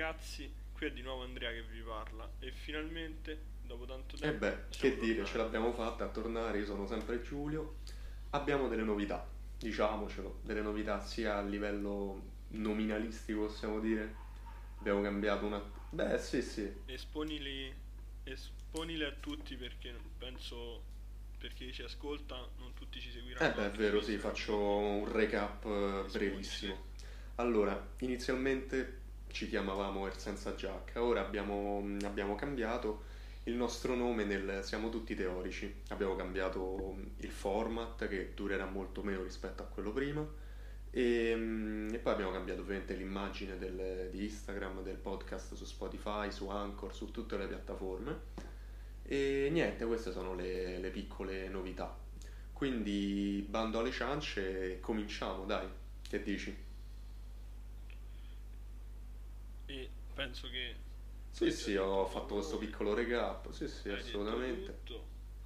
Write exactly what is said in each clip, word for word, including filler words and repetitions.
ragazzi, qui è di nuovo Andrea che vi parla e finalmente, dopo tanto E tempo, beh, siamo che dire, ce tornati. l'abbiamo fatta a tornare, io sono sempre Giulio. Abbiamo delle novità, diciamocelo, delle novità sia a livello nominalistico, possiamo dire. Abbiamo cambiato una... Beh, sì, sì. Esponili, esponili a tutti perché penso, per chi ci ascolta, non tutti ci Eh seguiranno beh, è anche su vero, sì, Instagram, faccio quindi un recap eh, esponi, sì. brevissimo. Allora, inizialmente ci chiamavamo Er Senza Giacca, ora abbiamo, abbiamo cambiato il nostro nome nel Siamo Tutti Teorici. Abbiamo cambiato il format che durerà molto meno rispetto a quello prima e, mm, e poi abbiamo cambiato ovviamente l'immagine del- di Instagram, del podcast su Spotify, su Anchor, su tutte le piattaforme. E niente, queste sono le, le piccole novità. Quindi bando alle ciance e cominciamo, dai. Che dici? E penso che tu Sì, hai già sì, detto ho un po' fatto questo come, piccolo recap. Sì, sì, hai detto assolutamente. tutto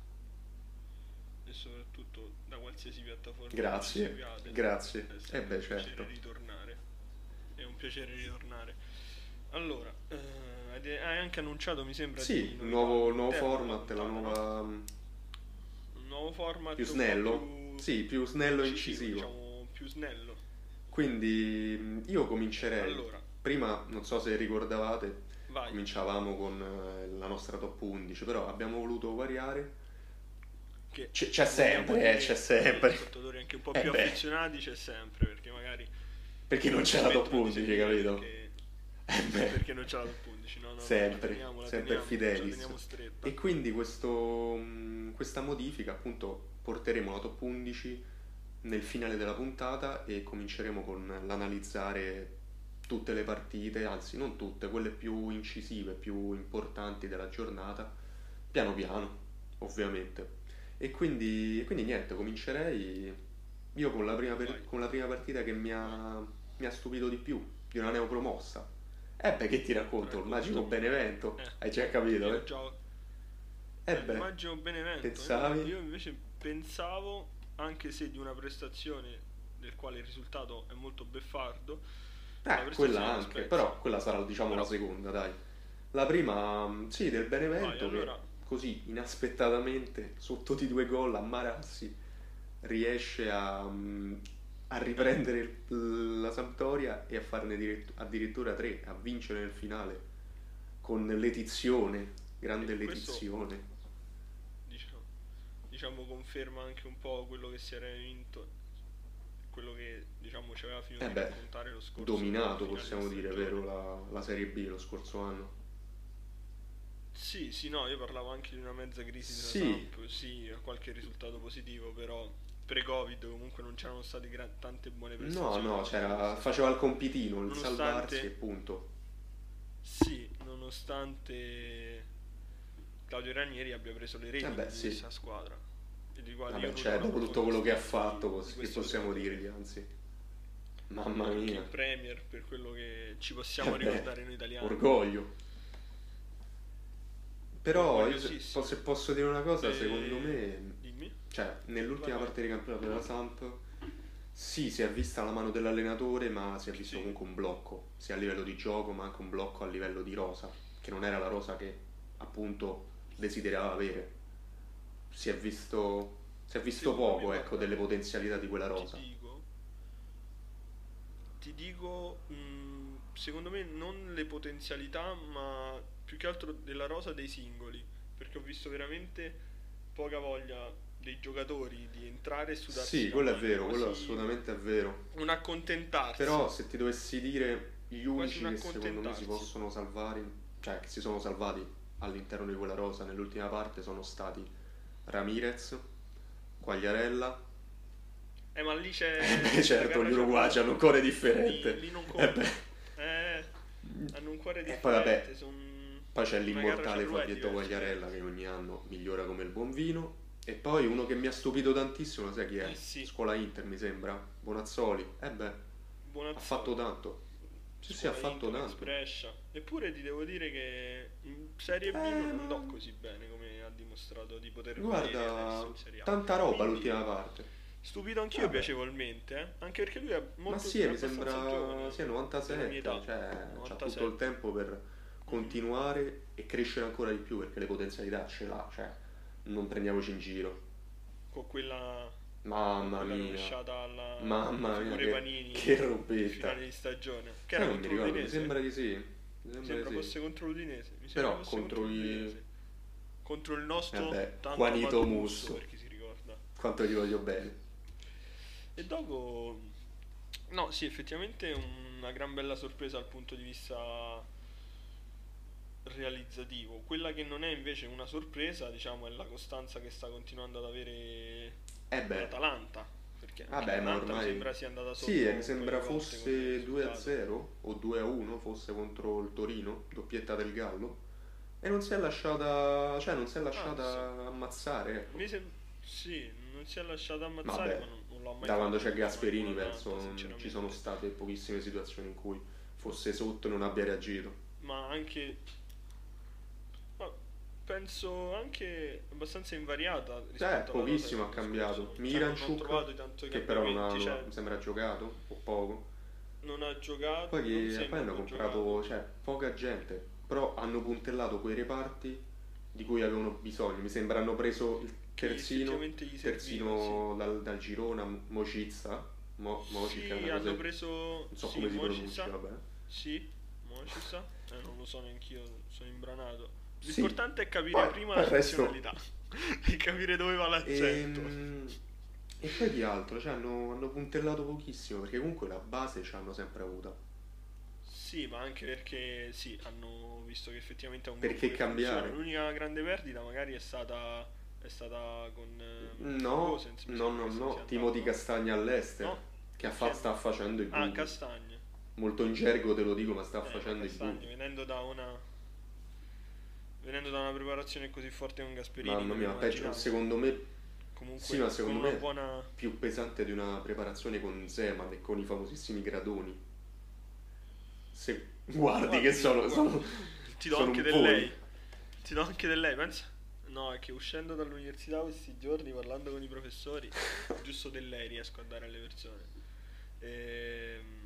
e soprattutto da qualsiasi piattaforma voi ci Grazie, seguiate, grazie. è E sempre beh, un piacere certo. ritornare. È un piacere ritornare. Allora, eh, hai hai anche annunciato, mi sembra, di Sì, il novità nuovo, il nuovo all'interno della format, la puntata, no? nuova... Un nuovo più format un po' snello. più Sì, più snello e incisivo, incisivo. diciamo, più snello. Quindi mh, io comincerei. Allora, Prima, non so se ricordavate, vai. cominciavamo con eh, la nostra top undici, però abbiamo voluto variare. Che C- c'è vogliamo sempre, eh, c'è dire agli sempre. ascoltatori anche un po' Eh più beh, affezionati c'è sempre, perché magari perché non c'è la top smettono di undici, seguire capito? perché, Eh beh, perché non c'è la top undici. No, no, no, la sempre, teniamo, la sempre il teniamo, ce la Fidelis. teniamo stretta. E quindi questo, mh, questa modifica, appunto, porteremo la top undici nel finale della puntata e cominceremo con l'analizzare tutte le partite, anzi non tutte, quelle più incisive, più importanti della giornata, piano piano, ovviamente. E quindi, e quindi niente, comincerei io con la prima, per- Vai, con la prima partita che mi vai. ha, mi ha stupito di più, di una neopromossa. Eh beh, che ti racconto, il Magico Raccontami. Benevento, Eh, hai già capito, io eh? già... Eh Eh, beh, immagino Benevento. Io, pensavi? io invece pensavo, anche se di una prestazione del quale il risultato è molto beffardo, la Eh, quella prestazione dello anche, Spezia. però quella sarà diciamo la Però, seconda, dai. La prima, mm, sì, del vai, Benevento che allora, così inaspettatamente, sotto di due gol a Marassi, riesce a, mm, a eh, riprendere il- la Sampdoria e a farne diret- addirittura tre, a vincere nel finale con l'edizione, e grande questo, l'edizione. diciamo, diciamo, conferma anche un po' quello che si era vinto, quello che, diciamo, ci aveva finito Eh di beh, raccontare lo scorso dominato finale di possiamo dire, vero, stagione. la, la Serie B lo scorso anno. Sì, sì, no, io parlavo anche di una mezza crisi della Sì, Samp, sì, qualche risultato positivo, però pre-Covid comunque non c'erano state gra- tante buone no, prestazioni no, nonostante c'era, questa faceva il squadra. compitino, il salvarsi e Nonostante, punto. sì, nonostante Claudio Ranieri abbia preso le Eh beh, redini di sì. questa squadra, e di quali io Vabbè, non ho cioè, dopo alcun tutto quello che ha rispetto di, fatto, di pos- che questo possiamo allenatore. dirgli, anzi. Mamma Anche mia. in Premier, per quello che ci Eh possiamo beh, ricordare noi italiani. orgoglio. Però, io se, po- Orgogliosissimo. se posso dire una cosa, secondo E... me, Dimmi? cioè, Vai, nell'ultima vai. parte di campionato della Samp, sì, si è vista la mano dell'allenatore, ma si è visto Sì, comunque un blocco, sia a livello di gioco, ma anche un blocco a livello di rosa, che non era la rosa che appunto desiderava avere. Si è visto, si è visto secondo me, poco, ecco, guarda, delle potenzialità di quella ti rosa. dico, ti dico, mh, secondo me non le potenzialità, ma più che altro della rosa dei singoli, perché ho visto veramente poca voglia dei giocatori di entrare e sudarsi Sì, la quello è maglia, vero, quello quasi assolutamente è vero. un accontentarsi, Però se ti dovessi dire gli quasi un unici che secondo me si accontentarsi. possono salvare, cioè che si sono salvati all'interno di quella rosa nell'ultima parte sono stati Ramirez, Quagliarella. Eh, ma lì E c'è beh, la certo, gli garra ci uruguagi hanno un abbonda, cuore lì, differente. lì non E beh. conta. Eh, hanno un cuore E poi vabbè, differente, sono poi c'è una garra l'immortale charrua è Fabietto diverso, Quagliarella che certo. ogni anno migliora come il buon vino. E poi uno che mi ha stupito tantissimo, sai chi è? Eh sì, Scuola Inter, mi sembra. Bonazzoli. E beh, ha fatto Bonazzoli. tanto. Sì, sì, ha Scuola fatto Inter, ex tanto. Brescia. Eppure ti devo dire che in Serie B Eh, non ma andò così bene come ha dimostrato di poter valere guarda, adesso in Serie A. tanta roba Quindi, l'ultima parte. Stupito anch'io Vabbè. piacevolmente, eh? Anche perché lui è Ma molto sì, è mi abbastanza sembra giovane, sia della mia novantasette, età, cioè c'ha tutto il novantasette. tempo per Mhm. continuare e crescere ancora di più perché le potenzialità ce l'ha, cioè non prendiamoci in giro. Con quella, con Mamma quella mia, rovesciata alla, alle mamma mia, figure che, Panini che in robetta. finale di stagione, che era Sai, non mi contro ricordo, mi l'Udinese. sembra di sì, mi Mi sembra di sembra sì. fosse contro l'Udinese, mi sembra Però fosse contro contro i... l'Udinese. Contro il nostro Vabbè, tanto Juanito amato Musso, Musso, per chi si ricorda. quanto gli voglio bene. E dopo, no, sì, effettivamente è una gran bella sorpresa dal punto di vista realizzativo. Quella che non è invece una sorpresa, diciamo, è la costanza che sta continuando ad avere Eh beh, l'Atalanta. Perché anche vabbè, ma l'Atalanta mi ormai... sembra sia andata Sì, sotto eh, mi un paio sembra di volte con il fosse due a risultato. zero o due a uno, fosse contro il Torino, doppietta del Gallo. E non si è lasciata, cioè non si è Ah, sì. lasciata ammazzare, ecco. Mi sem- sì, non si è lasciato ammazzare, ma Vabbè, non, non l'ha mai da quando fatto c'è funzionare con Gasperini penso l'Atalanta, non ci sono sinceramente. state pochissime situazioni in cui fosse sotto e non abbia reagito. Ma anche, ma penso anche abbastanza invariata Cioè, rispetto alla rosa pochissimo ha dell'anno cambiato. scorso. Cioè, non ho Miranchuk, trovato tanto i che però non ha, cambiamenti, non ha- cioè, mi sembra ha giocato, o poco. non ha giocato, Poi, non che- poi sembra hanno abbia giocato. comprato, cioè, poca gente, però hanno puntellato quei reparti di cui avevano bisogno. Mi sembra hanno preso il Che terzino, effettivamente gli serviva, sì. terzino dal, dal Girona, Mocizza, Mo, Mocic è Sì, una cosa, hanno non preso, so sì, come si pronuncia, Mocica, vabbè. sì, Mocica, eh, non lo so neanch'io, sono imbranato. Sì, L'importante è capire poi, prima poi la il resto... nazionalità e capire dove va l'accento. Ehm, E, poi di altro, cioè hanno, hanno puntellato pochissimo, perché comunque la base ci hanno sempre avuta. Sì, ma anche perché sì, hanno visto che effettivamente è un gruppo Perché che funziona. cambiare? L'unica grande perdita magari è stata, è stata con, ehm, con No, Gosens, mi no, sembra no, che se ne no, sia andato, Timothy no? Castagna all'Ester, No? che ha fa- Che sta no? facendo i Ah, buchi. Castagne. Molto in gergo te lo dico, ma sta Eh, ma facendo i Castagne, buchi. venendo da una, venendo da una preparazione così forte con Gasperini, Mamma me lo mia, peggio, immaginavo. secondo me, sì, Comunque, ma con secondo una me buona... più pesante di una preparazione con Zeman e con i famosissimi gradoni. Se guardi che Guardi, sono, guarda, sono, ti do sono anche un del volo. lei. Ti do anche del lei, pensa? No, è che uscendo dall'università questi giorni, parlando con i professori, giusto del lei riesco a dare alle persone. Ehm,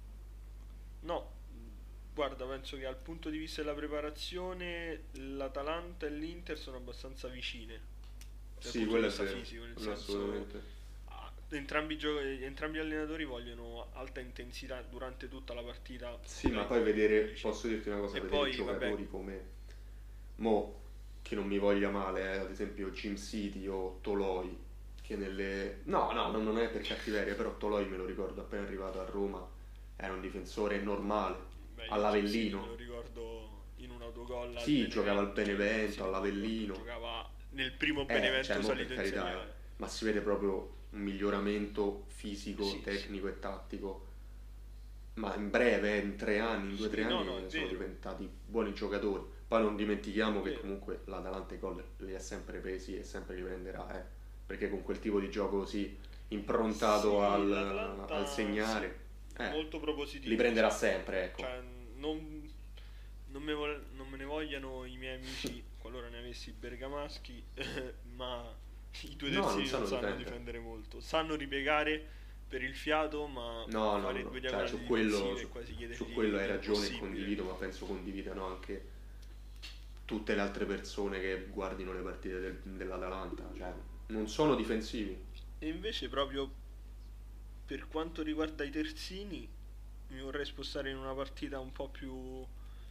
no, guarda, penso che dal punto di vista della preparazione l'Atalanta e l'Inter sono abbastanza vicine. Dal Sì, punto di quello è vista vero, fisico, nel quello senso... assolutamente. ah, Entrambi, i gio- entrambi gli allenatori vogliono alta intensità durante tutta la partita Sì, ma dai poi due vedere, pubblici. posso dirti una cosa, E vedere poi, vabbè, giocatori come Mo, che non mi voglia male, eh, ad esempio Jim City o Toloi, che nelle... No, no, no, non è per cattiveria, però Toloi me lo ricordo appena arrivato a Roma, era un difensore normale, beh, io Jim City me lo all'Avellino. ricordo in un autogol al Sì, giocava al Benevento, cioè Jim Benevento, City me lo ricordo, all'Avellino. giocava nel primo Eh, cioè, Benevento mo per salito in carità, Serie eh, A. ma si vede proprio un miglioramento fisico, Sì, sì. tecnico e tattico. Ma in breve, eh, in tre anni, in due o tre Sì, no, no, è anni sono vero, diventati buoni giocatori. Poi non è dimentichiamo che vero. comunque l'Atalanta i gol li ha sempre presi e sempre li prenderà, eh. Perché con quel tipo di gioco così improntato Sì, al, al l'Atalanta sì, segnare, eh, molto li propositivo, prenderà sì. sempre, ecco. Cioè, non, non me, vol- non me ne vogliano i miei amici qualora ne avessi bergamaschi, ma i due No, non terzini non sanno sanno difendere. difendere molto. Sanno ripiegare per il fiato, ma No, no, fare no, due cioè diagonali su quello, difensive è su, quasi su chiedergli quello hai ragione e l'impossibile. condivido, ma penso condividano anche tutte le altre persone che guardino le partite del- dell'Atalanta, cioè non sono difensivi. E invece proprio per quanto riguarda i terzini, mi vorrei spostare in una partita un po' più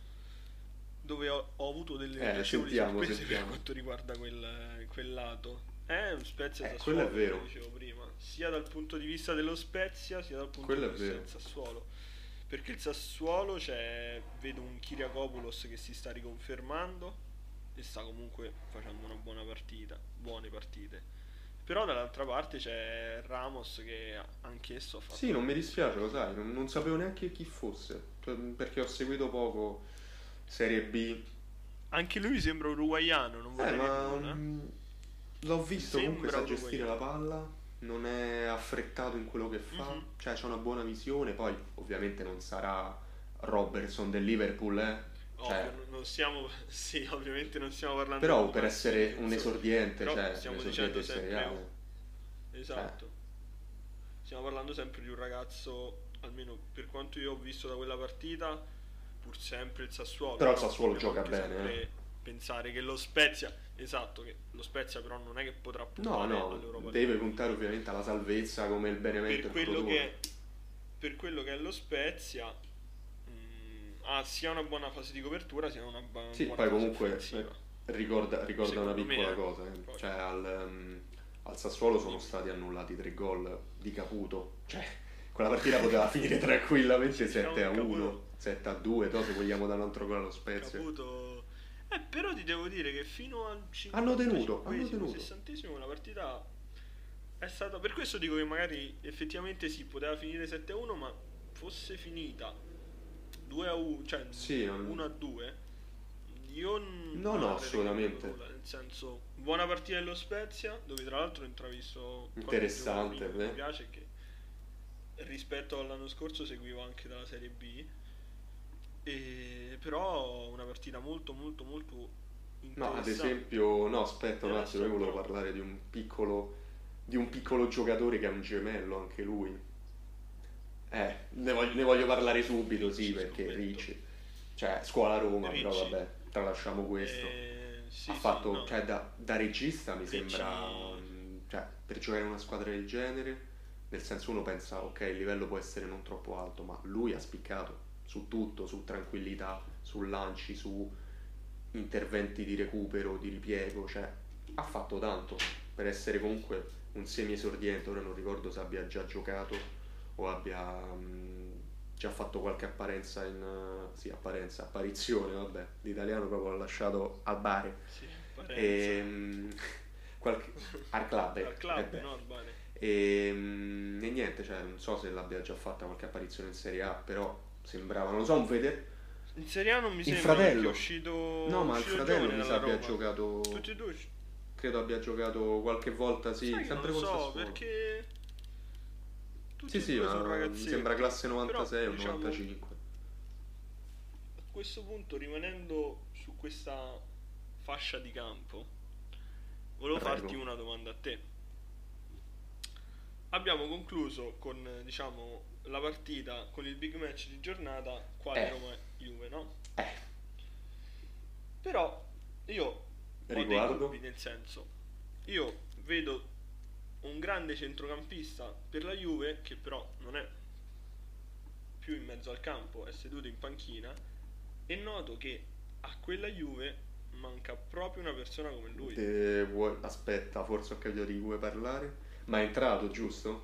dove ho, ho avuto delle Eh, piacevoli sentiamo, sorprese per sentiamo. quanto riguarda quel, quel lato. È un Spezia Eh, quello è Sassuolo, come vero, dicevo prima, sia dal punto di vista dello Spezia, sia dal punto quello di è vista vero. del Sassuolo. Perché il Sassuolo c'è, vedo un Kyriakopoulos che si sta riconfermando e sta comunque facendo una buona partita, buone partite. Però dall'altra parte c'è Ramos che anch'esso ha fatto Sì, una non mi bellissima dispiace, lo sai, partita. non, non sapevo neanche chi fosse, cioè, perché ho seguito poco Serie B. Anche lui mi sembra uruguaiano, non Eh, vorrei dire ma nulla. mm, l'ho Mi visto, comunque sembra sa gestire la uruguaiano. palla, non è affrettato in quello che fa, Mhm. cioè c'ha una buona visione, poi ovviamente non sarà Robertson del Liverpool, eh, Ovvio, cioè, non non stiamo, sì, ovviamente non stiamo parlando però di per massimi essere un difensori, esordiente, però cioè un stiamo esordiente dicendo in Serie sempre, A, oh, eh, cioè, esatto, stiamo parlando sempre di un ragazzo, almeno per quanto io ho visto da quella partita, pur sempre il Sassuolo, Però il però Sassuolo dobbiamo gioca anche bene, sempre eh. pensare che lo Spezia, esatto, che lo Spezia però non è che potrà No, puntare no, all'Europa deve League, puntare quindi ovviamente alla salvezza come il Benevento per e il quello Crotone. che, per quello che è lo Spezia, mh, ha sia una buona fase di copertura sia una ba- Sì, buona poi fase comunque eh, offensiva, ricorda, ricorda una secondo me, piccola eh. cosa, eh. Poi, Cioè al, ehm, al Sassuolo sono dimmi. stati annullati tre gol di Caputo, cioè quella partita poteva finire tranquillamente Sì, diciamo sette a che uno, Caputo, sette a due, no, se vogliamo dare un altro gol allo Spezia. Caputo... Eh, però ti devo dire che fino al Hanno tenuto, hanno cinquantacinquesimo, tenuto. sessantesimo la partita è stata... Per questo dico che magari effettivamente sì, poteva finire sette a uno, ma fosse finita due a uno, cioè Sì, non- uno a due, io n- no, non no, avrei cambiato assolutamente. nulla, nel senso, buona partita dello Spezia, dove tra l'altro ho intravisto qualche Interessante, giocatorino che mi eh. piace, che rispetto all'anno scorso seguivo anche dalla Serie B, e però una partita molto molto molto No, ad interessante. esempio, no, aspetta E un adesso attimo, io volevo però, parlare di un piccolo, di un piccolo giocatore che è un gemello, anche lui. Eh, ne voglio, ne voglio parlare subito, sì, Ricci, perché scommetto. Ricci, cioè scuola Roma, però Ricci, vabbè, tralasciamo questo. eh, Ha sì sì, fatto, no, cioè da, da regista mi sembra, Ricci, mm, cioè per giocare in una squadra del genere, nel senso uno pensa, ok, il livello può essere non troppo alto, ma lui ha spiccato su tutto, su tranquillità, su lanci, su interventi di recupero, di ripiego, cioè ha fatto tanto per essere comunque un semi esordiente, ora non ricordo se abbia già giocato o abbia mh, già fatto qualche apparenza in... eh, sì, apparenza, apparizione, vabbè, l'italiano proprio l'ha lasciato al bare. sì, Parenza. E, mh, qualche... al club, Al ecco, eh club, beh. no, al Bari. E, mh, e niente, cioè non so se l'abbia già fatta qualche apparizione in Serie A, però sembrava, non lo so, un vede... In Serie A non mi Il sembra perché è fratello, uscito, no, è ma il uscito fratello giovane mi sa dalla abbia Roma. giocato, Tutti e due. credo abbia giocato qualche volta, sì, Sai che non sempre lo col so Sassuolo. perché Sì, tutti e sì, due sono ma mi sembra ragazzetti. classe Però, novantasei o diciamo, novantacinque. a questo punto, rimanendo su questa fascia di campo, volevo farti Prego. una domanda a te. Abbiamo concluso con, eh, diciamo, la partita con il big match di giornata, quale Eh, Roma-Juve, no? eh, Però io ho dei riguardo? dubbi, nel senso, io vedo un grande centrocampista per la Juve che però non è più in mezzo al campo, è seduto in panchina, e noto che a quella Juve manca proprio una persona come lui. Te vuoi- Aspetta, forse ho capito di cui vuoi parlare. Ma è entrato, giusto?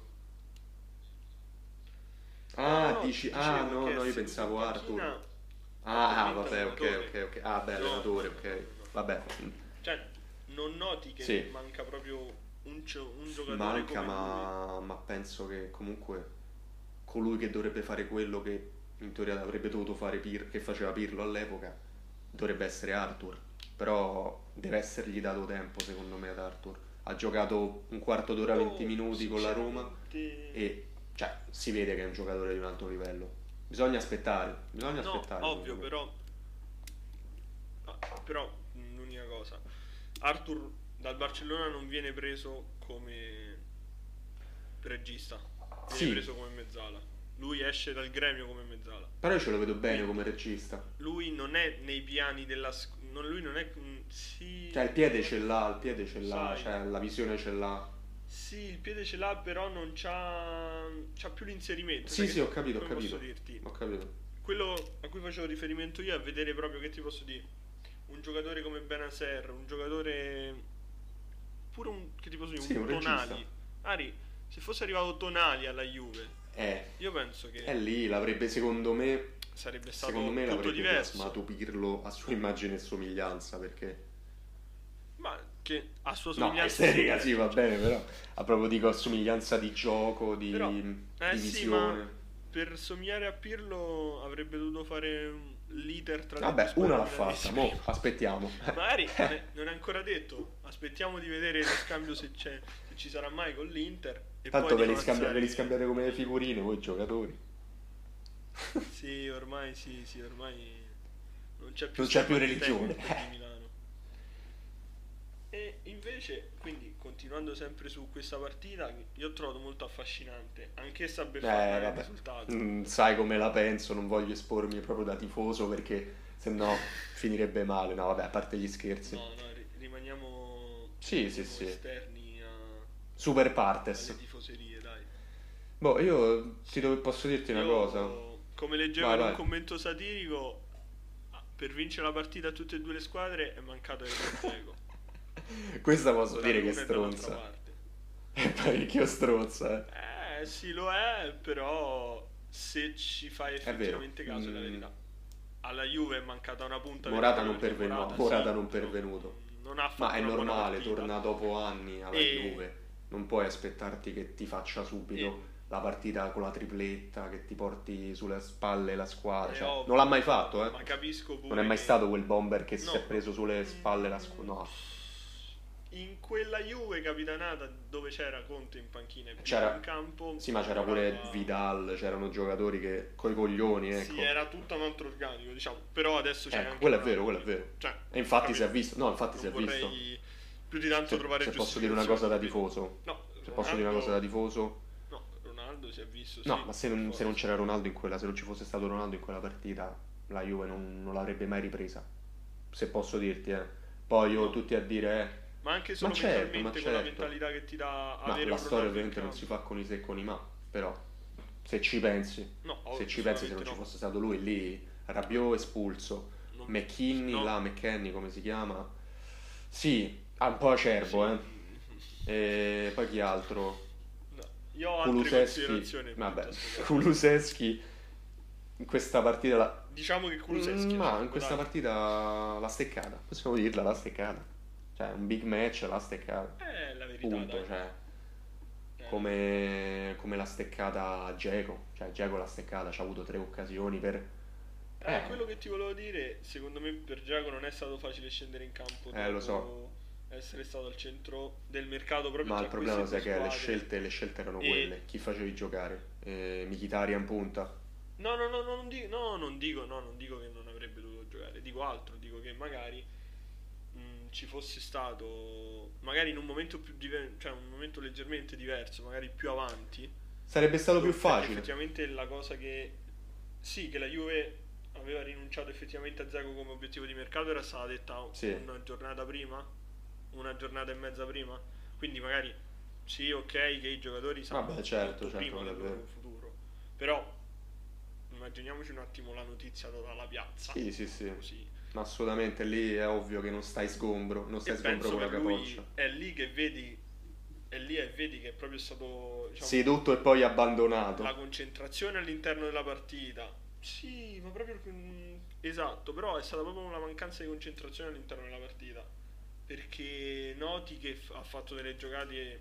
No, no, Ah, no, ti dici... Ah, dicevo no, che è no, io seduto in pensavo Arthur. panchina Ah, ah, attualmente vabbè, ok, allenatore. ok, ok. Ah, beh, No, no, allenatore, no, no, ok. no, no. Vabbè. Cioè, non noti che Sì, manca proprio un, gio- un giocatore manca, come lui? ma, ma penso che comunque colui che dovrebbe fare quello che in teoria avrebbe dovuto fare Pir- che faceva Pirlo all'epoca dovrebbe essere Arthur. Però deve essergli dato tempo, secondo me, ad Arthur. Ha giocato un quarto d'ora, venti Io, minuti con la Roma sinceramente... e cioè, si vede che è un giocatore di un alto livello. Bisogna aspettare, bisogna No, aspettare, secondo ovvio, me. però... ah, Però, mh, l'unica cosa. Arthur dal Barcellona non viene preso come regista, viene Sì, preso come mezzala. Lui esce dal gremio come mezzala. però io ce lo vedo bene come Quindi regista. lui non è nei piani della sc- non, lui non è mh, sì, Cioè, il piede ce l'ha, il piede ce l'ha, sai, cioè, la visione ce l'ha. sì, il piede ce l'ha, però non c'ha c'ha più l'inserimento, Sì, sai sì, che, ho capito, ho come posso capito. dirti? Ho capito. Quello a cui facevo riferimento io è vedere proprio, che ti posso dire, un giocatore come Benacer, un giocatore pure un, che ti posso dire, Sì, un un regista. Tonali. Ari, se fosse arrivato Tonali alla Juve, Eh, io penso è che lì, l'avrebbe secondo me, sarebbe secondo stato me tutto l'avrebbe diverso. plasmato Pirlo a sua immagine e somiglianza, perché... Ma che a sua No, somiglianza sì, estetica sì, va cioè, bene, però a proprio dico somiglianza di gioco, di, però, eh di sì, ma visione. per somigliare a Pirlo avrebbe dovuto fare un- l'iter tra le due Vabbè, una squadre l'ha fatta, milanesi mo prima. aspettiamo. Magari non è, non è ancora detto. Aspettiamo di vedere lo scambio, se c'è, se ci sarà mai con l'Inter, e poi Tanto di ve li, scambia- ve avanzare. li scambiate come le figurine voi giocatori. Sì, ormai sì, sì, ormai non c'è più Non c'è schema più di religione. Inter di Milano. E invece, quindi, continuando sempre su questa partita, io ho trovato molto affascinante, anch'essa Eh, beffarda nel vabbè, risultato. mm, sai come la penso, non voglio espormi proprio da tifoso perché se no finirebbe male. No, vabbè, a parte gli scherzi. No, no, ri- rimaniamo, Sì, sì, rimaniamo sì. esterni a- Super partes. alle tifoserie, dai. Boh, io ti Sì. devo- posso dirti una cosa. Io, come leggevo Vai, in un vai. commento satirico, ah, per vincere la partita a tutte e due le squadre è mancato Edin Dzeko, Questa posso dire che è dall'una e dall'altra stronza. parte. E parecchio stronza, eh. Eh sì, lo è, però se ci fai È vero. effettivamente caso è la Mm, verità. Alla Juve è mancata una punta per Morata proprio non perché pervenuto. No, Morata Morata sì, non però pervenuto. mm, non ha Ma è fatto una buona normale, partita. torna dopo anni alla E, Juve. Non puoi aspettarti che ti faccia e- subito la partita con la tripletta, che ti porti sulle spalle la squadra. è Cioè, non l'ha mai ovvio, fatto, eh. ma capisco Non è pure mai che stato quel bomber che si è no, preso sulle spalle la mm, squadra. No. in quella Juve capitanata dove c'era Conte in panchina e Pirlo in C'era, campo, sì, ma c'era pure Morata Vidal, c'erano giocatori che coi coglioni, sì, ecco. era tutto un altro organico, diciamo, però adesso c'è Ecco, anche quello è vero, quello è Morata, vero. cioè, E infatti si è capito? visto, no, infatti si Non è visto. vorrei più di tanto Se, trovare se posso dire una cosa giustificazioni, da capito? tifoso, No, se posso dire una cosa da Ronaldo, tifoso, no, Ronaldo si è visto, no, sì, ma se per non, se non forza. c'era Ronaldo in quella, se non ci fosse stato Ronaldo in quella partita, la Juve non, non l'avrebbe mai ripresa. Se posso dirti, eh. Poi io No, tutti a dire, eh, ma anche ma solo certo, ma mentalmente con la certo. mentalità che ti dà Ma avere la un storia Ronaldo in ovviamente non si fa campo. con i se e con i ma, però se ci pensi, No, se ovvio, ci pensi se non assolutamente ci no. fosse stato lui lì, Rabiot espulso, Non- McKinney no, là, McKenny come si chiama? Sì, ha un po' acerbo, sì. eh. E poi chi altro? No, io ho altre Kulusevski, considerazioni vabbè, piuttosto che... Kulusevski in questa partita la... Diciamo che Mm, Kulusevski è ma in sciocco, questa dai. partita l'ha steccata, possiamo dirla, l'ha steccata. Cioè, un big match l'ha steccata. È la verità, Punto, dai. cioè, È la verità. come, come l'ha steccata Dzeko. Cioè, Dzeko l'ha steccata, c'ha avuto tre occasioni per... Eh, Eh, quello che ti volevo dire, secondo me per Giacomo non è stato facile scendere in campo eh, lo so. dopo essere stato al centro del mercato proprio Ma il tra queste problema due sai che le squadre. scelte, le scelte erano E quelle. Chi facevi giocare? Eh, Mkhitaryan in punta? no, no, no, no, non dico, no, non dico, no, non dico che non avrebbe dovuto giocare, dico altro, dico che magari mh, ci fosse stato, magari in un momento più diver- cioè un momento leggermente diverso, magari più avanti, Sarebbe stato più dove- perché facile. effettivamente la cosa che sì, che la Juve aveva rinunciato effettivamente a Zago come obiettivo di mercato era stata detta Sì. una giornata prima, una giornata e mezza prima, quindi magari sì, ok, che i giocatori sanno Vabbè, certo, molto certo, prima quello è del vero. loro futuro, però immaginiamoci un attimo la notizia data dalla piazza, Sì, sì, sì. così. Ma assolutamente lì è ovvio che non stai sgombro, non E stai sgombro penso con che la capoccia. lui è lì che vedi, è lì e vedi che è proprio stato, diciamo, Sedotto e poi la abbandonato. concentrazione all'interno della partita. Sì, ma proprio mm, esatto, però è stata proprio una mancanza di concentrazione all'interno della partita. Perché noti che f- ha fatto delle giocate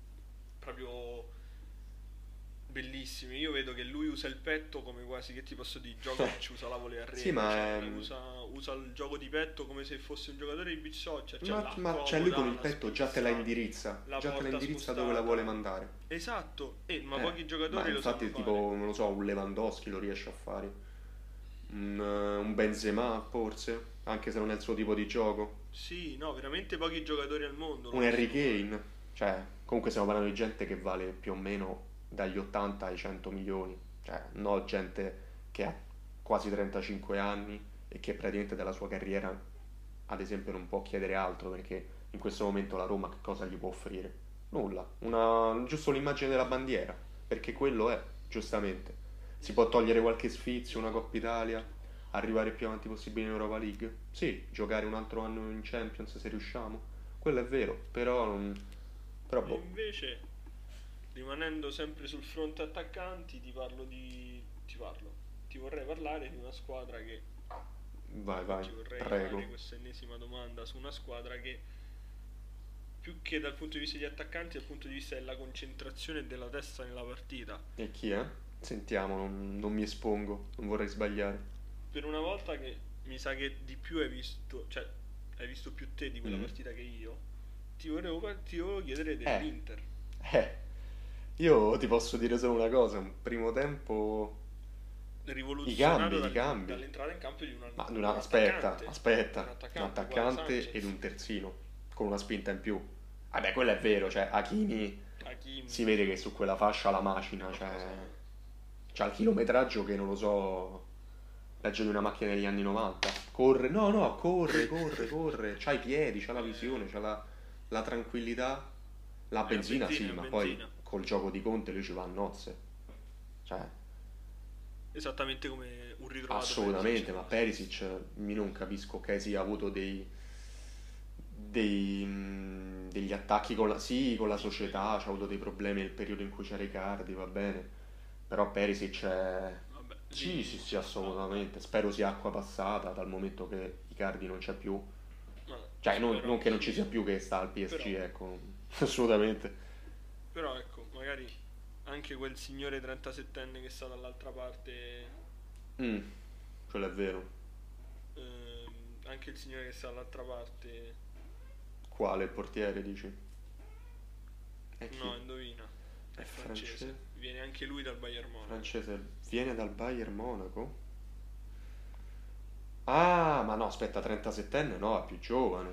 proprio bellissime. Io vedo che lui usa il petto come quasi, che ti posso dire, Djokovic usa la volea a Sì, rete, ma, cioè è- usa, usa il gioco di petto come se fosse un giocatore di beach soccer, cioè ma, la ma cioè lui con accomoda, il la petto già te la spinza, indirizza, la già te la porta indirizza dove la vuole spostata. mandare. Esatto, eh, ma Eh, pochi ma giocatori lo sanno infatti tipo, fare. non lo so, un Lewandowski lo riesce a fare. Un, eh, un Benzema forse, anche se non è il suo tipo di gioco. Sì, no, veramente pochi giocatori al mondo lo Un Harry possono fare. Kane, cioè comunque stiamo parlando di gente che vale più o meno dagli ottanta ai cento milioni, cioè no gente che ha quasi trentacinque anni e che praticamente della sua carriera ad esempio non può chiedere altro perché in questo momento la Roma che cosa gli può offrire? Nulla, una, giusto l'immagine della bandiera, perché quello è, giustamente. Si può togliere qualche sfizio, una Coppa Italia, arrivare il più avanti possibile in Europa League? Sì, giocare un altro anno in Champions se riusciamo, quello è vero, però non... però E boh, invece, rimanendo sempre sul fronte attaccanti, ti parlo di... ti parlo. Ti vorrei parlare di una squadra che... vai vai, Ti vorrei prego. fare questa ennesima domanda su una squadra che, più che dal punto di vista degli attaccanti, dal punto di vista della concentrazione e della testa nella partita. E chi è? Sentiamo, non, non mi espongo, non vorrei sbagliare. Per una volta che mi sa che di più hai visto, cioè hai visto più te di quella Mm. partita che io, ti volevo, par- ti volevo chiedere Eh, dell'Inter. eh, io ti posso dire solo una cosa, un primo tempo i Rivoluzionato cambi, i dal- cambi. dall'entrata in campo di un, Ma di un- un aspetta, attaccante, di un aspetta, un attaccante uguale attaccante ed Sanchez. un terzino. con una spinta in più. Vabbè, quello è vero, cioè Hakimi Hakimi. si vede che su quella fascia la macina, cioè c'ha il chilometraggio che non lo so, peggio di una macchina degli anni novanta. Corre, no, no, corre, corre, corre, c'ha i piedi, c'ha la visione, c'ha la, la tranquillità. La È benzina sì, è ma poi benzina. col gioco di Conte lui ci va a nozze. Cioè, Esattamente come un ritrovato assolutamente, Perisic. ma Perisic mi non capisco che sia avuto dei, dei, mh, degli attacchi con la, sì, con la società, c'ha avuto dei problemi nel periodo in cui c'era Icardi, va bene, però Perisic è... Vabbè, Sì, lì sì, sì, ci sta. assolutamente, spero sia acqua passata dal momento che Icardi non c'è più, Ma cioè non, non però, che non ci sia più che sta al P S G, però, ecco, assolutamente. però ecco, magari anche quel signore trentasettenne che sta dall'altra parte, Mm, quello è vero. ehm, anche il signore che sta dall'altra parte, Quale il portiere, dici? È chi? no, indovina, è È francese. francese? Viene anche lui dal Bayern Monaco. Francese, viene dal Bayern Monaco? Ah, ma no, aspetta, trentasettenne? No, è più giovane.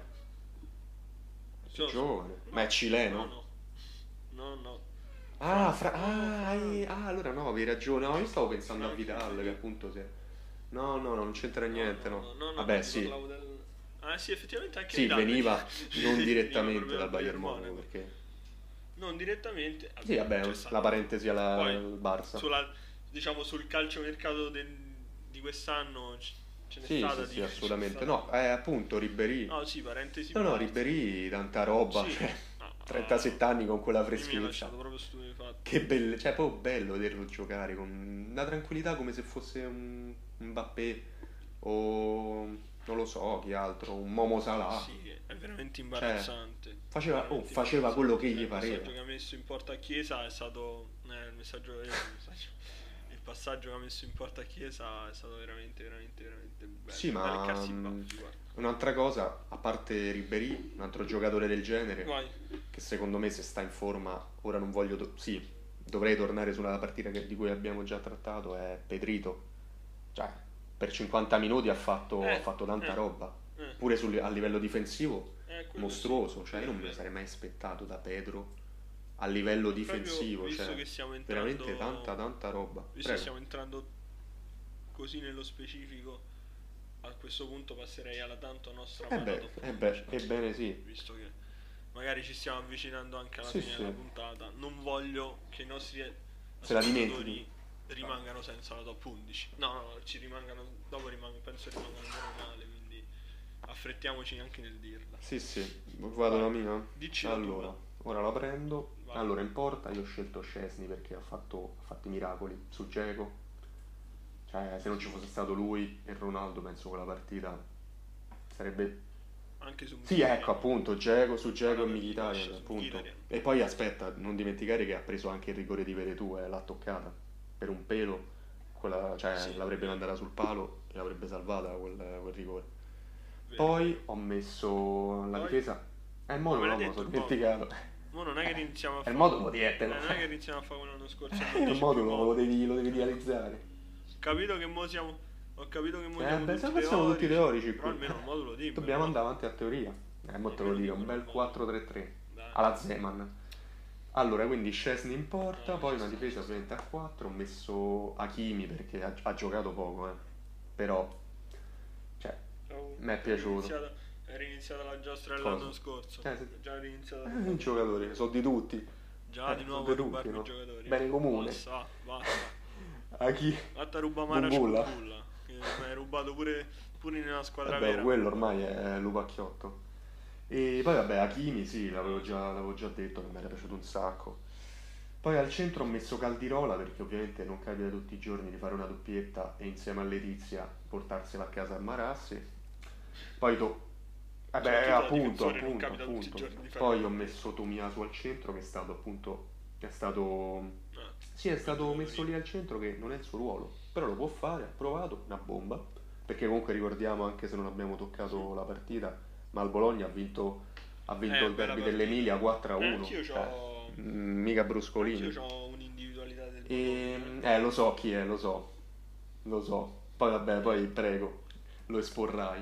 È più So- so- giovane. no, Ma è cileno? no, no, no, no. Ah, Fra- fra- no, ah, eh, Francia. ah, allora no, avevi ragione. No, io stavo pensando a Francia, Vidal, che sì. appunto si è... No, no, no, non c'entra No, niente, no, no. no, no, no, Vabbè, ti sì. parlavo del... Ah sì, effettivamente anche Sì, Vidal veniva non veniva direttamente proprio dal dal Bayern Bayern Monaco, Monaco. perché... Non direttamente, Sì, vabbè, c'è la stato. parentesi alla Poi, al Barça. sulla, diciamo, sul calciomercato del- di quest'anno c- ce n'è Sì, stata sì, di... sì, c'è assolutamente. stata No, di- eh, appunto, Ribéry. No, sì, parentesi No, no, Barça. Ribéry, tanta roba, Sì, cioè, ah, trentasette ah, anni con quella lui mi ha freschezza. lasciato proprio stupefatto. Che bello, cioè, è proprio bello vederlo giocare con una tranquillità come se fosse un un Mbappé o non lo so, chi altro, un Momo Salah. Sì, è veramente Cioè, imbarazzante. faceva, oh, Veramente faceva quello che imbarazzante. gli Cioè, il pareva. passaggio che ha messo in porta a Chiesa è stato... eh, il messaggio... il messaggio- il passaggio che ha messo in porta a Chiesa è stato veramente, veramente, veramente bello. Sì, Da ma leccarsi i mm, baffi, guarda. un'altra cosa, a parte Ribéry, un altro giocatore del genere, Vai. che secondo me se sta in forma, ora non voglio, to- sì, dovrei tornare sulla partita che- di cui abbiamo già trattato, è Pedrito. Cioè, per cinquanta minuti ha fatto, ha Eh, fatto tanta eh, roba, eh, pure sul- a livello difensivo, eh, quello sì, mostruoso, cioè io quello non è me lo vero. sarei mai aspettato da Pedro a livello Proprio difensivo, visto cioè che stiamo veramente entrando... tanta tanta roba. Visto che Prego. stiamo entrando così nello specifico, a questo punto passerei alla tanto nostra Eh amata beh, top eh beh, undici, ebbene sì. visto che magari ci stiamo avvicinando anche alla Sì, fine sì. della puntata. Non voglio che i nostri Se la ascoltatori dimentichi. rimangano senza la top undici. No, no, no, ci rimangano, dopo rimang- penso rimangano bene male, quindi affrettiamoci anche nel dirla. Sì, sì, vado la Vai, mia. dici la Allora, tua. ora la prendo. Vai. Allora, in porta io ho scelto Szczesny perché ha fatto, ha fatto i miracoli su Dzeko. Cioè, se non ci fosse stato lui e Ronaldo, penso che la partita sarebbe... Anche su Sì, Mkhitaryan. ecco, appunto, Dzeko su Dzeko e Parata di Mkhitaryan, fascia su appunto. Mkhitaryan. E poi aspetta, non dimenticare che ha preso anche il rigore di Veretù, eh, l'ha toccata per un pelo, quella, cioè Sì, l'avrebbe vero, mandata sul palo e l'avrebbe salvata quel, quel rigore. vero, Poi vero. ho messo la Poi? difesa. Eh, mo Ma no, me l'hai no, me lo detto sono il modulo. dimenticato. Mo non è che iniziamo a È fare... il modulo di Ette, Eh, no? non è che iniziamo a fare come l'anno scorso. non Il dici più modulo lo modulo. devi, lo devi realizzare. Ho capito che mo siamo... Ho capito che mo Eh, siamo beh, tutti se siamo tutti teorici Però qui. almeno il modulo dimmi. Dobbiamo andare avanti a teoria. Eh, mo te lo Almeno dico, un dimmelo bel il modulo. quattro tre tre. Dai. Alla Zeman. Allora, quindi Szczesny in porta, Ah, poi ci una sta, difesa ci sta. ovviamente a quattro, ho messo Hakimi perché ha, ha giocato poco, eh. Però, cioè, Ciao. mi è Era piaciuto. iniziata, era iniziata la giostra Cosa? dell'anno scorso. Eh, sì. Già era iniziata. Eh, i giocatori, sono di tutti. Già Eh, di sono nuovo a di rubarmi tutti, i no? giocatori. Bene comune. Basta, basta. Hakimi. Vatta a ruba Mara Bungulla. Sciumbulla. Che mi hai rubato pure, pure nella squadra Vabbè, vera. quello ormai è Lupacchiotto. E poi vabbè, Hakimi sì, l'avevo già, l'avevo già detto che mi era piaciuto un sacco. Poi al centro ho messo Caldirola perché ovviamente non capita tutti i giorni di fare una doppietta e insieme a Letizia portarsela a casa a Marassi. Poi to... Vabbè, Soprattutto da appunto, difensore non appunto, capita tutti i appunto. giorni di fare Poi una ho doppietta. messo Tomiasu al centro che è stato appunto... È stato... Ah, Sì, è stato quello messo lì. lì al centro che non è il suo ruolo, però lo può fare, ha provato, una bomba, perché comunque ricordiamo, anche se non abbiamo toccato la partita, ma il Bologna ha vinto, ha vinto Eh, il bella derby partita. dell'Emilia quattro a Eh, uno, anch'io cioè, c'ho... mm, mica Bruscolini. Anch'io ho un'individualità del E, Bologna. eh, lo so chi è, lo so, lo so. Poi vabbè, poi prego, lo esporrai.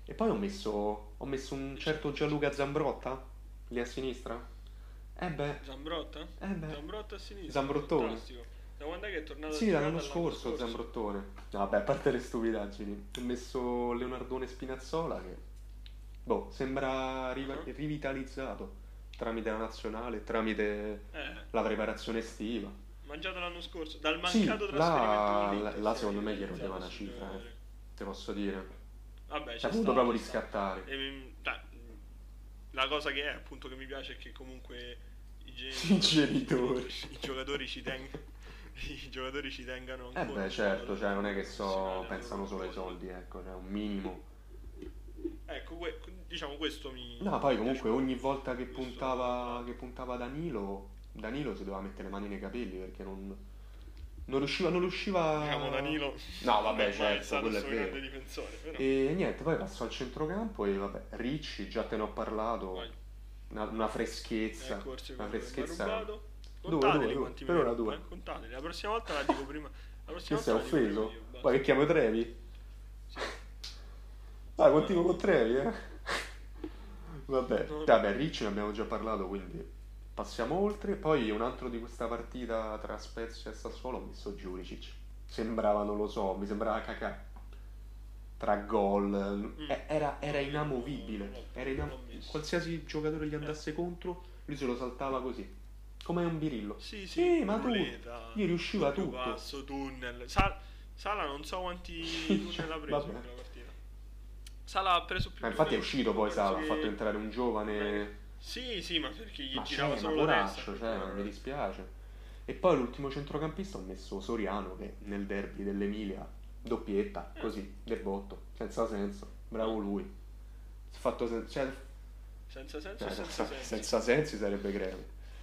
E poi ho messo, ho messo un certo Gianluca Zambrotta lì a sinistra. Eh beh, Zambrotta? eh beh, Zambrotta a sinistra, Zambrottone. fantastico. Da quando è che è tornato a Sì, giocare dall'anno dall'anno scorso scorso? Zambrottone. No, vabbè, a parte le stupidaggini, ho messo Leonardone Spinazzola che, boh, sembra riva- Ah, rivitalizzato tramite la nazionale, tramite Eh, la preparazione estiva. mangiato l'anno scorso, dal Sì, mancato trasferimento là, all'Inter là si è secondo me gli rodeva rivitalizzato una sto cifra, eh, giocatore. te posso dire. Vabbè, Cioè, ci ha voluto sta, proprio ci sta. riscattare. E, dai, la cosa che è appunto che mi piace è che comunque i, I ge- genitori. i giocatori ci tengono i giocatori ci tengano Eh ancora beh, un po' certo, al cioè non è che livello so, professionale al pensano loro solo ai proposito. soldi, ecco, cioè un minimo. Ecco, que- diciamo questo mi, No, poi mi è comunque piaciuto ogni volta che di questo puntava, che tratto. puntava Danilo, Danilo si doveva mettere le mani nei capelli perché non, non riusciva, non Diciamo riusciva... Danilo No, non vabbè, è mai certo, stato il quello è suo vero. grande difensore, però E niente, poi passò al centrocampo e vabbè, Ricci, già te ne ho parlato, vai, una, una è freschezza, corso una quello che mi ha freschezza... rubato. Due, due, Contateli due, quanti me per ne ora ruba, due. eh? Contateli. La prossima volta la dico prima. La Che prossima sei volta la dico prima offeso? io, Ma che basta. chiamo Trevi? Sì. Vai, No, continuo no. con Trevi, eh? Vabbè, No, no. vabbè, Ricci ne abbiamo già parlato, quindi passiamo oltre. Poi un altro di questa partita tra Spezia e Sassuolo ho messo Juricic. Sembrava, non lo so, mi sembrava cacà. Tra gol, Mm. eh, era, era No, io non l'ho, non inamovibile. l'ho, Era non ina- l'ho messo. Qualsiasi giocatore gli Eh. andasse contro, lui se lo saltava così. Come un birillo. Sì, sì, Sì, ma tu, ruleta, gli riusciva doppio tutto. passo, tunnel. Sa- Sala non so quanti tunnel ha preso Vabbè. in quella partita. Sala ha preso più Ma infatti è tunnel. uscito poi Penso Sala, ha che... fatto entrare un giovane. Sì, sì, ma perché gli Ma girava c'è, ma solo la testa. poraccio, cioè, non mi dispiace. E poi l'ultimo centrocampista ho messo Soriano che nel derby dell'Emilia, doppietta, Eh, così, del botto, senza senso. Bravo lui. Si è fatto sen- cioè, senza senso cioè, e senza senza, senso. senza sensi sarebbe greve.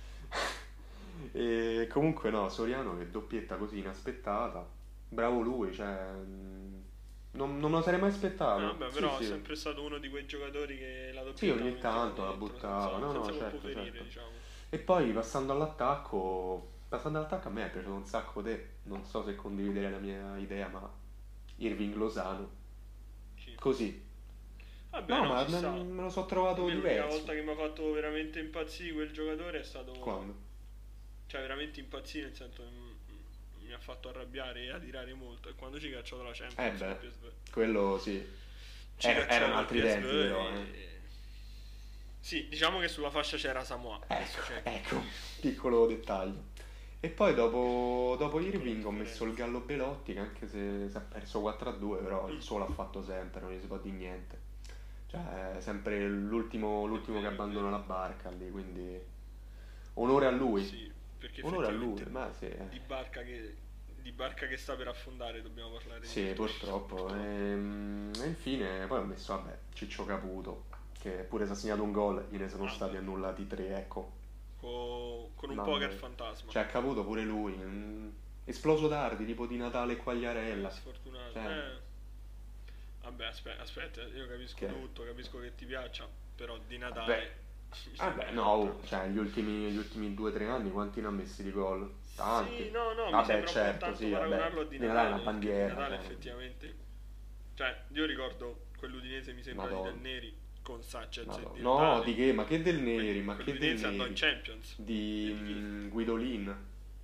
E comunque no, Soriano che doppietta così inaspettata. Bravo lui, cioè, mm, non, non me lo sarei mai Eh, aspettato. vabbè, Sì, però è sì. sempre stato uno di quei giocatori che la Sì, doppietta la ogni metteva tanto la dentro, buttava. senza, No, no, senza certo, colpo ferire, certo. diciamo. E poi passando all'attacco, passando all'attacco a me è piaciuto un sacco te, non so se condividere la mia idea, ma Irving Lozano, Sì. così. Vabbè, No, no, ma ci me, sta. me lo so A trovato me l'unica diverso. volta che mi ha fatto veramente impazzire quel giocatore è stato... Quando? Cioè, veramente impazzire, nel senso che m- mi ha fatto arrabbiare e adirare molto. E quando ci cacciò dalla Eh Champions beh, col P S V. quello sì. Ci Er- cacciò erano col altri P S V tempi però, eh. e... Sì, diciamo che sulla fascia c'era Samoa. Adesso Ecco, c'è... ecco, piccolo dettaglio. E poi dopo, dopo Piccola Irving ho messo il differenza. Gallo Belotti, che anche se si è perso quattro a due, però il Mm. suo l'ha fatto sempre, non gli si può dire niente. Cioè, è sempre l'ultimo, È l'ultimo che vero, è abbandona vero. la barca lì, quindi onore a lui. Sì, perché Onore a lui, effettivamente ma sì. di eh. barca che, di barca che sta per affondare dobbiamo parlare di Sì, Torino, purtroppo. purtroppo. Ehm, E, infine poi ho messo, vabbè, Ciccio Caputo, che pure si è segnato un gol, gliene sono Ah, stati beh, annullati tre, ecco. co- con un Mamma poker mia. fantasma. Cioè, Caputo pure lui. mm, Esploso tardi, tipo di Natale e Eh, Quagliarella. sfortunato. Cioè, Eh, vabbè, aspetta, aspetta, io capisco che... tutto, capisco che ti piaccia, però di Vabbè, Natale mi vabbè, sembra no, oh, tanto. cioè, gli ultimi, gli ultimi due o tre anni quanti ne ha messi di gol? Tanti. Sì, no, no, mi Vabbè, sembra un po' certo, tanto sì, vabbè. paragonarlo a Di Di Natale è una Natale, perché Di bandiera, Natale cioè, effettivamente... Cioè, io ricordo quell'Udinese mi sembra di Del Madonna. Neri con Sanchez e Madonna. Di No, Natale. di che? Ma che del Que- Neri? Ma che del Quell'Udinese andò in Neri? Champions. Di E di chi? mm, Guidolin.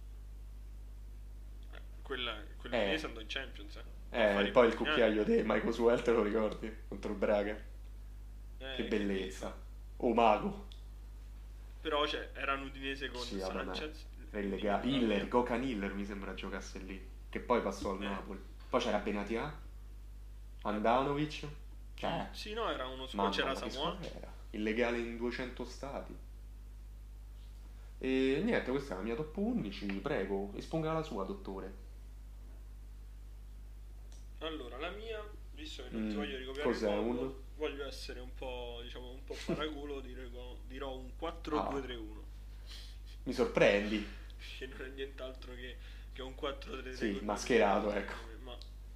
Eh, Quella, Eh, quell'Udinese andò in Champions, eh. eh, e Affari poi il buoni, eh. cucchiaio di Michael Suel, te lo ricordi? Contro il Braga. Che Eh, che bellezza. dico. Oh, mago. Però cioè, era un Udinese con Sì, vabbè, ma Sanchez, relega quindi Hiller, vabbè. Gokan Hiller mi sembra giocasse lì, che poi passò al Eh. Napoli. Poi c'era Benatia, Eh, Andanovic, mm, cioè, sì, no, era uno squadra. mamma C'era mia, che Samoa. squadra era? Illegale in duecento stati. E niente, questa è la mia top undici, prego, esponga la sua, dottore. Allora, la mia, visto che non ti Mm, voglio ricopiare il cos'è un... mondo, voglio essere un po', diciamo, un po' paraculo, dirò, dirò un Ah, quattro due tre uno, mi sorprendi. che non è nient'altro che, che un quattro tre tre Sì, con due mascherato, difensori, ecco. ma,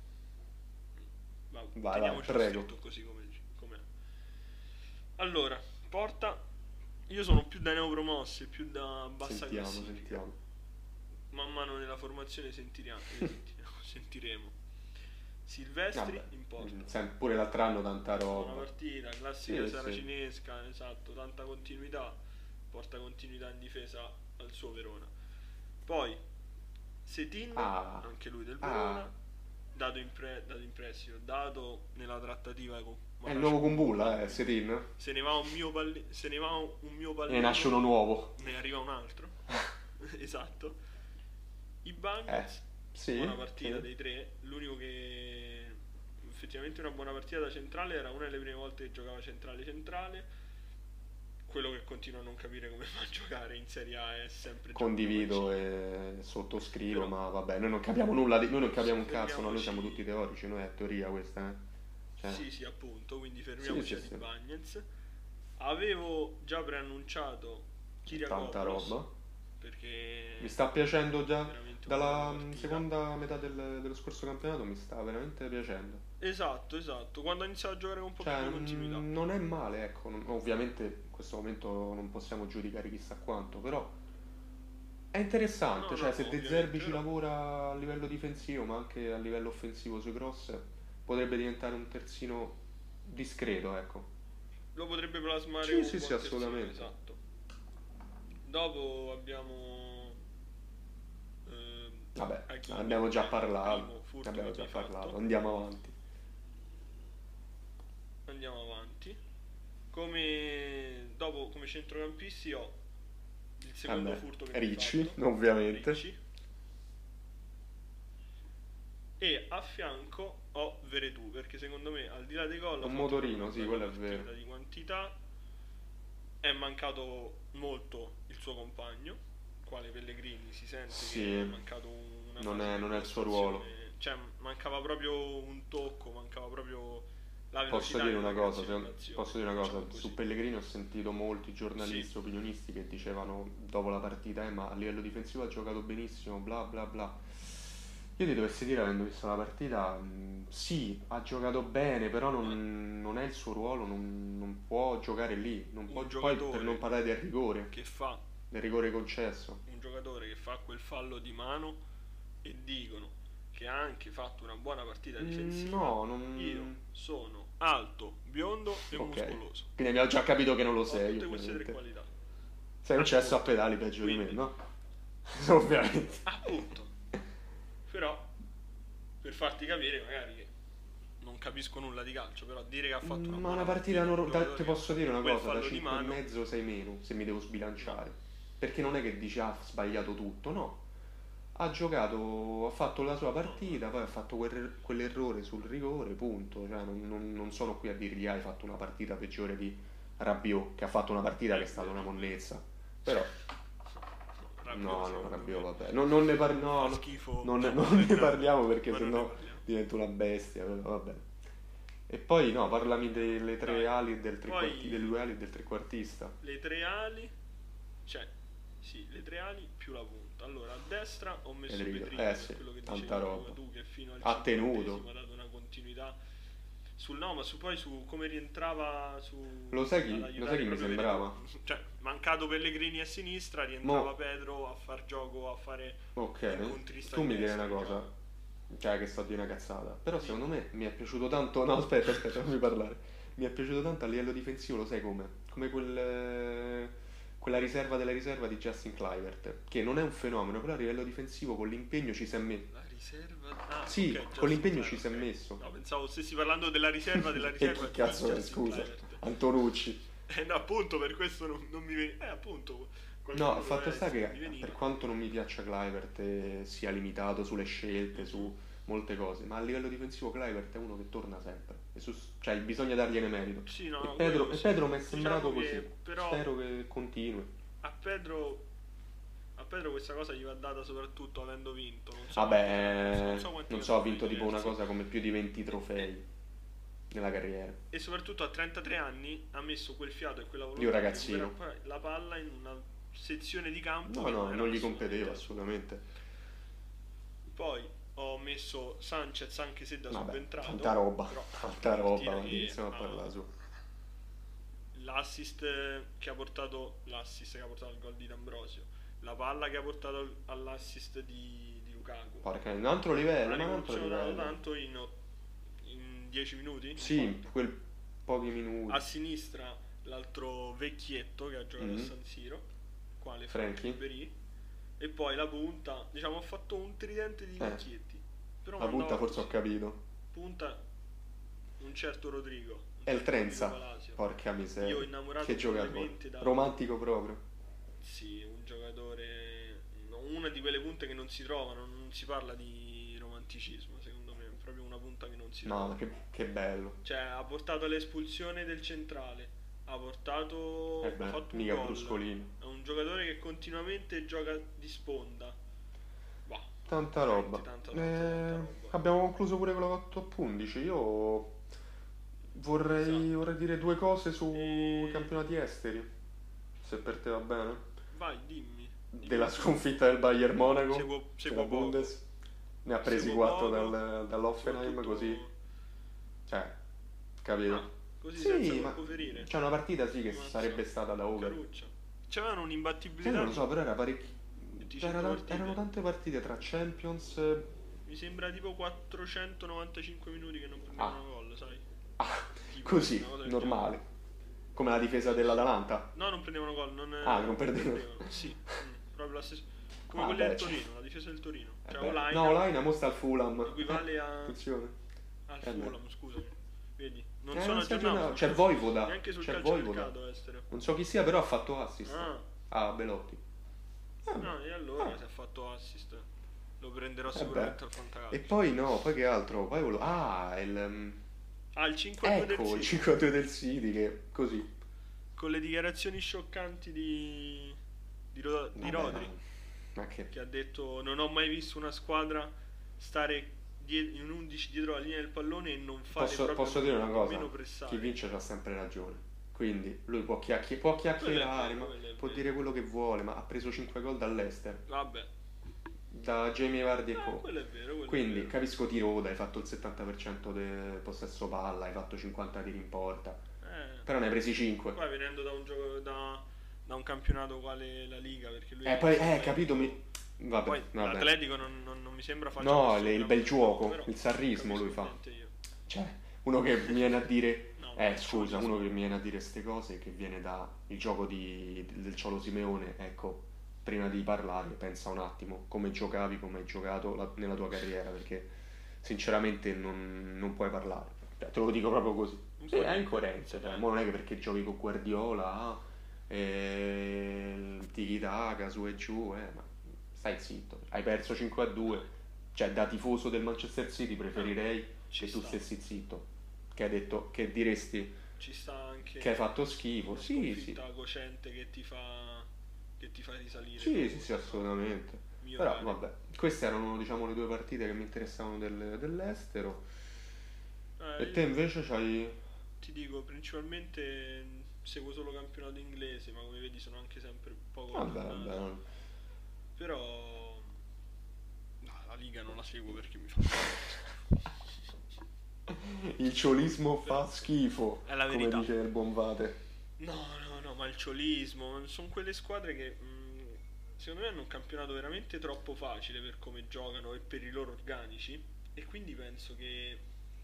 ma Vai, vai, teniamocelo prego. stretto così come, com'è. Allora, porta, io sono più da neopromosse, più da bassa Sentiamo, classifica. sentiamo. Man mano nella formazione sentiremo, sentiremo. Silvestri Vabbè, in porta. mm, sem- pure l'altro anno tanta Buona roba. partita, classica Sì, sì. saracinesca, esatto, tanta continuità, porta continuità in difesa al suo Verona. Poi Setin, Ah, anche lui del ah, Verona, dato in, pre- dato in prestito, dato nella trattativa con è il Malaci nuovo Kumbulla, Kumbulla, eh, quindi Setin. se ne va un mio, palle- se ne va un, un mio E ne nasce pallino, uno nuovo. ne arriva un altro. Esatto. Eh, Ibañez, buona sì, partita sì. dei tre, l'unico che effettivamente una buona partita da centrale, era una delle prime volte che giocava centrale centrale. Quello che continuo a non capire come fa a giocare in Serie A è sempre Giacomo Condivido Mancini. e sottoscrivo, Però ma vabbè, noi non capiamo nulla di... Noi non capiamo un cazzo, no? Noi siamo fermiamoci. tutti teorici, noi è teoria questa, eh. Cioè, Sì, sì, appunto, quindi sì, fermiamoci sì, ad sì. Ibañez. Avevo già preannunciato Tanta Kyriakopoulos roba. Mi perché sta piacendo già veramente una buona dalla mm, partita. seconda metà del- dello scorso campionato, mi sta veramente piacendo. Esatto, esatto, quando ha iniziato a giocare con un po' più Cioè, di continuità. mm, non è male, ecco. non- ovviamente in questo momento non possiamo giudicare chissà quanto, però è interessante. No, Cioè, no, se De Zerbi ovviamente ci no. lavora a livello difensivo, ma anche a livello offensivo sui cross, potrebbe diventare un terzino discreto, ecco. Lo potrebbe plasmare Sì, un sì, sì, buon terzino, assolutamente. esatto. Dopo abbiamo ehm, Vabbè, ne Hakimi, abbiamo che già è il parlato. primo Ne furto abbiamo che mi già hai parlato. fatto. Andiamo avanti. Andiamo avanti. Come dopo come centrocampisti ho il secondo Vabbè, furto che mi hai Ricci, fatto, ovviamente. Ricci, e a fianco ho Veretù, perché secondo me al di là dei gol ha Un fatto proprio motorino, una sì, bella quello è vero. partita di quantità. È mancato molto il suo compagno, quale Pellegrini, si sente che è Sì, mancato un- una non fase è, di non è il suo ruolo. impostazione, cioè mancava proprio un tocco, mancava proprio la Posso velocità dire nella una cosa, creazione se- d'azione, posso dire una cosa, diciamo su così. Pellegrini ho sentito molti Sì, giornalisti, opinionisti che dicevano dopo la partita, eh, ma a livello difensivo ha giocato benissimo, bla bla bla. Io ti dovessi dire, avendo visto la partita, mh, sì, ha giocato bene, però ma non, non è il suo ruolo, non, non può giocare lì. Non può- un poi per non giocatore parlare del rigore, che fa del rigore concesso. un giocatore che fa quel fallo di mano e dicono che ha anche fatto una buona partita Mm, difensiva, no, io non... sono alto, biondo e Ok, muscoloso. quindi abbiamo già capito che non lo Ho sei, tutte queste tre ovviamente. qualità. Sei un cesso a Appunto. pedali peggio di me, Quindi, no? Ovviamente. appunto. Però, per farti capire, magari che non capisco nulla di calcio, però dire che ha fatto una Ma buona una partita, partita, un nor- da- giocatore ti che ha posso dire fatto una quel cosa, da fallo di cinque e mano, mezzo sei meno, se mi devo no. sbilanciare. Perché non è che dici ah, ha sbagliato tutto, no. Ha giocato, ha fatto la sua No, no. partita, poi ha fatto quel- quell'errore sul rigore, punto. Cioè, non, non- non sono qui a dirgli ah, hai fatto una partita peggiore di Rabiot, che ha fatto una partita che è È stata vero, una è vero. monnezza. Però, Rabiot no, no, secondo Rabiot, me vabbè. Non, non ne par- no, fa no, schifo, non, no, non ne no, parliamo perché ma non ne sennò parliamo. diventa una bestia, però vabbè. E poi no, parlami delle tre Dai, ali e del trequarti, delle poi due ali e del trequartista. le tre ali, cioè, sì, le tre ali più la punta. Allora, a destra ho messo Federico, Petrini, eh per sì, quello che tanta dicevi roba. tu, che fino al Ha cinquantesimo tenuto. ha dato una continuità. Sul no, ma su poi su come rientrava su Lo sai ad chi, lo sai aiutare chi mi proprio sembrava? Veretù. Cioè, mancato Pellegrini a sinistra, rientrava Mo, Pedro a far gioco, a fare ok, l'incontrista tu di mi direi destra, una cosa, diciamo. cioè che sto di una cazzata, però Dimmi. secondo me mi è piaciuto tanto, no aspetta, aspetta, fammi parlare, mi è piaciuto tanto a livello difensivo, lo sai come? Come quel, eh, quella riserva della riserva di Justin Kluivert, che non è un fenomeno, però a livello difensivo con l'impegno ci si è messo. La riserva? Ah, Sì, ok, con Justin l'impegno ci Kluivert, si è ok. messo. No, pensavo stessi parlando della riserva della E riserva chi di cazzo è, Justin scusa? Kluivert. Antonucci. Eh no, appunto, per questo non, non mi veniva. Eh, appunto, No, qualcuno il fatto doveva sta essere, che mi per veniva. quanto non mi piaccia Kluivert e sia limitato sulle scelte, Mhm. su molte cose, ma a livello difensivo Kluivert è uno che torna sempre. E su- cioè bisogna dargliene merito. Sì, no, E no, Pedro, quello e sì. Pedro mi è sembrato Diciamo così. che però Spero che continui. a Pedro, a Pedro questa cosa gli va data soprattutto avendo vinto. Non so quanti, non Vabbè, so quanti non so, ha campionati vinto tipo una diversi. cosa come più di venti trofei nella carriera. E soprattutto a trentatré anni ha messo quel fiato e quella Di un volontà di ragazzino. recuperare poi la palla in una sezione di campo No, che no, non era non gli assolutamente competeva la sua. assolutamente. Poi ho messo Sanchez anche se da Vabbè, subentrato, tanta roba, però ha fatto tanta una roba, partita ma che iniziamo a ha parlare su. l'assist che ha portato l'assist che ha portato al gol di D'Ambrosio, la palla che ha portato al- all'assist di, di Lukaku. Porca, un altro livello, Ha ma un altro rivoluzionato livello. tanto in dieci minuti? Sì, quel pochi minuti. A sinistra l'altro vecchietto che ha giocato Mhm. a San Siro, quale Frank Frankie? Ribéry, e poi la punta, diciamo, ho fatto un tridente di Eh, vecchietti, però la punta mandava forse ho così. capito. Punta un certo Rodrigo, un È il certo Rodrigo Trenza. Palacio. Porca Io miseria. innamorato Che giocatore. follemente da... Romantico proprio. Sì, un giocatore, no, una di quelle punte che non si trovano, non si parla di romanticismo, secondo me, è proprio una punta che non si No, trova. che, che bello. Cioè, ha portato all'espulsione del centrale, ha portato, Eh ha beh, fatto un mica gol. bruscolino. È un giocatore che continuamente gioca di sponda. Bah, Tanta veramente roba. tanta, tanta, tanta Eh, roba. abbiamo concluso pure con la top undici. Io vorrei, Esatto. vorrei dire due cose sui E... campionati esteri, se per te va bene. Vai, dimmi. Dimmi Della tutto. sconfitta del Bayern Monaco Seguo, seguo della poco. Bundes. Ne ha presi Seguo quattro poco, dal, dall'Hoffenheim, soprattutto... così. Cioè, Ah, capito? così senza Sì, ma colpo ferire. c'è una partita sì che Mazza, sarebbe stata da over. Caruccia. C'avevano Io un'imbattibilità non lo so, di però era parecchio. venticinque Era- partite. erano tante partite tra Champions. Mi sembra tipo quattrocentonovantacinque minuti che non Ah, prendevano gol, sai? ah, Tipo così, una cosa del normale. genere. Come la difesa Sì, sì. dell'Atalanta. No, non prendevano gol, non, Ah, non perdevano. Sì, mm, proprio la stessa. Come Ah, quella beh, del cioè, Torino, la difesa del Torino. eh Cioè beh. Olaina No, Olaina mo sta al Fulham. equivale Eh, a, attenzione. al Eh beh. Fulham, scusami. Vedi, non Eh, sono non si è aggiornato aggiornato. sul C'è calcio- Voivoda. neanche sul C'è calciomercato Voivoda. estero. Non so chi sia, però ha fatto assist. Ah, Ah, Belotti. Eh, no, e allora ah, se ha fatto assist lo prenderò eh beh. sicuramente al E fantacalcio. poi no, poi che altro? Poi volevo... Ah, il... um, Ah, il cinque a due del ecco, il City, cinque a due del City che così. con le dichiarazioni scioccanti di, di, Ro- di Vabbè, Rodri, ma, ma che... che ha detto non ho mai visto una squadra stare die- in undici dietro la linea del pallone e non fare Posso, proprio posso dire una cosa? nemmeno Chi pressare. vince ha sempre ragione. Quindi lui può, chiacchi- può Quello è chiacchierare, vero, ma quello è può vero. dire quello che vuole, ma ha preso cinque gol dall'Ester, Vabbè, da Jamie Vardy e no, Co. quello è vero, quello è Quindi vero. capisco Tiroda, hai fatto il settanta per cento del possesso palla, hai fatto cinquanta tiri in porta, Eh, però ne hai presi cinque. poi venendo da un gioco da, da un campionato quale la Liga, perché lui Eh, è poi, eh, Atletico. capito, mi... Vabbè, Poi vabbè. l'Atletico non, non- non mi sembra faccia No, questo le- il gran bel gioco, gioco, però il sarrismo capisco lui fa. niente io. Cioè, uno che viene a dire... No, Eh, il scusa, ciulismo. uno che viene a dire queste cose, che viene da il gioco di, del Ciolo Simeone, ecco, prima di parlare, pensa un attimo come giocavi, come hai giocato la- nella tua carriera, perché sinceramente non, non puoi parlare. Cioè, te lo dico proprio così. Un Sì, po' è di incoerenza, cioè, eh. mo non è che perché giochi con Guardiola, ah, e il tiki-taka su e giù, eh, ma stai zitto, hai perso cinque a due, cioè da tifoso del Manchester City preferirei Ci che tu sta. stessi zitto, che hai detto, che diresti Ci sta anche che hai fatto schifo, una sì, sì, sconfitta cocente che ti fa che ti fa risalire sì, proprio, sì, sì, no? assolutamente. Migliorare. Però vabbè, queste erano diciamo le due partite che mi interessavano del- dell'estero. Eh, E te io invece c'hai... ti dico, principalmente mh, seguo solo campionato inglese, ma come vedi sono anche sempre poco Vabbè, aggiornato. vabbè, non- Però no, la Liga non la seguo perché mi fa schifo. il ciolismo fa schifo, È la come verità. dice il buon Vate. No, no, no, ma il ciolismo sono quelle squadre che mh, secondo me hanno un campionato veramente troppo facile per come giocano e per i loro organici, e quindi penso che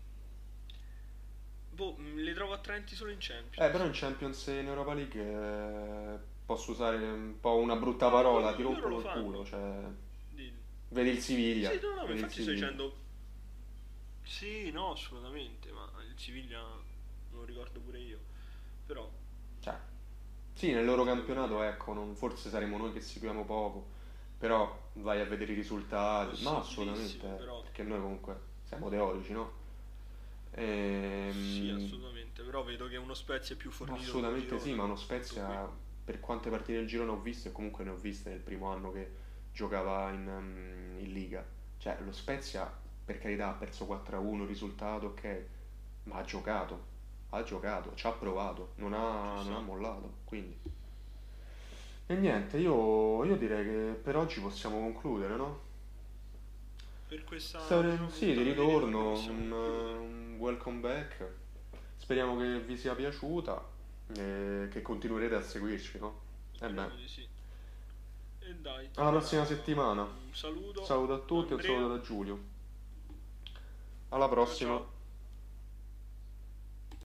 boh, mh, le trovo attraenti solo in Champions. Eh, però in Champions e in Europa League eh, posso usare un po' una brutta No, parola, loro- ti loro rompono lo il fanno. culo, cioè... Di- Vedi il Siviglia, Sì, no, no, ma vedi il infatti sto Siviglia. dicendo sì, no, assolutamente, ma il Siviglia me lo ricordo pure io. Però Cioè, sì, nel loro campionato, ecco, non- forse saremo noi che seguiamo poco, però vai a vedere i risultati. No, assolutamente, Possibilissimo, però. perché noi comunque siamo teorici, no? sì, Ehm, assolutamente, però vedo che uno Spezia è più ma fornito assolutamente del sì, Girona, ma uno tutto Spezia, qui. per quante partite del girone ho visto, e comunque ne ho viste nel primo anno che giocava in, um, in Liga. Cioè, lo Spezia, per carità, ha perso quattro a uno, risultato, ok, ma ha giocato, ha giocato, ci ha provato, non ha, Ci non ha sta. mollato, quindi... E niente, io, io direi che per oggi possiamo concludere, no? Per questa Stare- prima sì, di puntata di ritorno, ritorno possiamo un, concludere. un welcome back. Speriamo che vi sia piaciuta e che continuerete a seguirci, no? E Speriamo beh, di sì. E dai, alla allora, prossima settimana. un saluto Saluto a da tutti e un Andrea. saluto da Giulio. Alla Ciao prossima. ciao.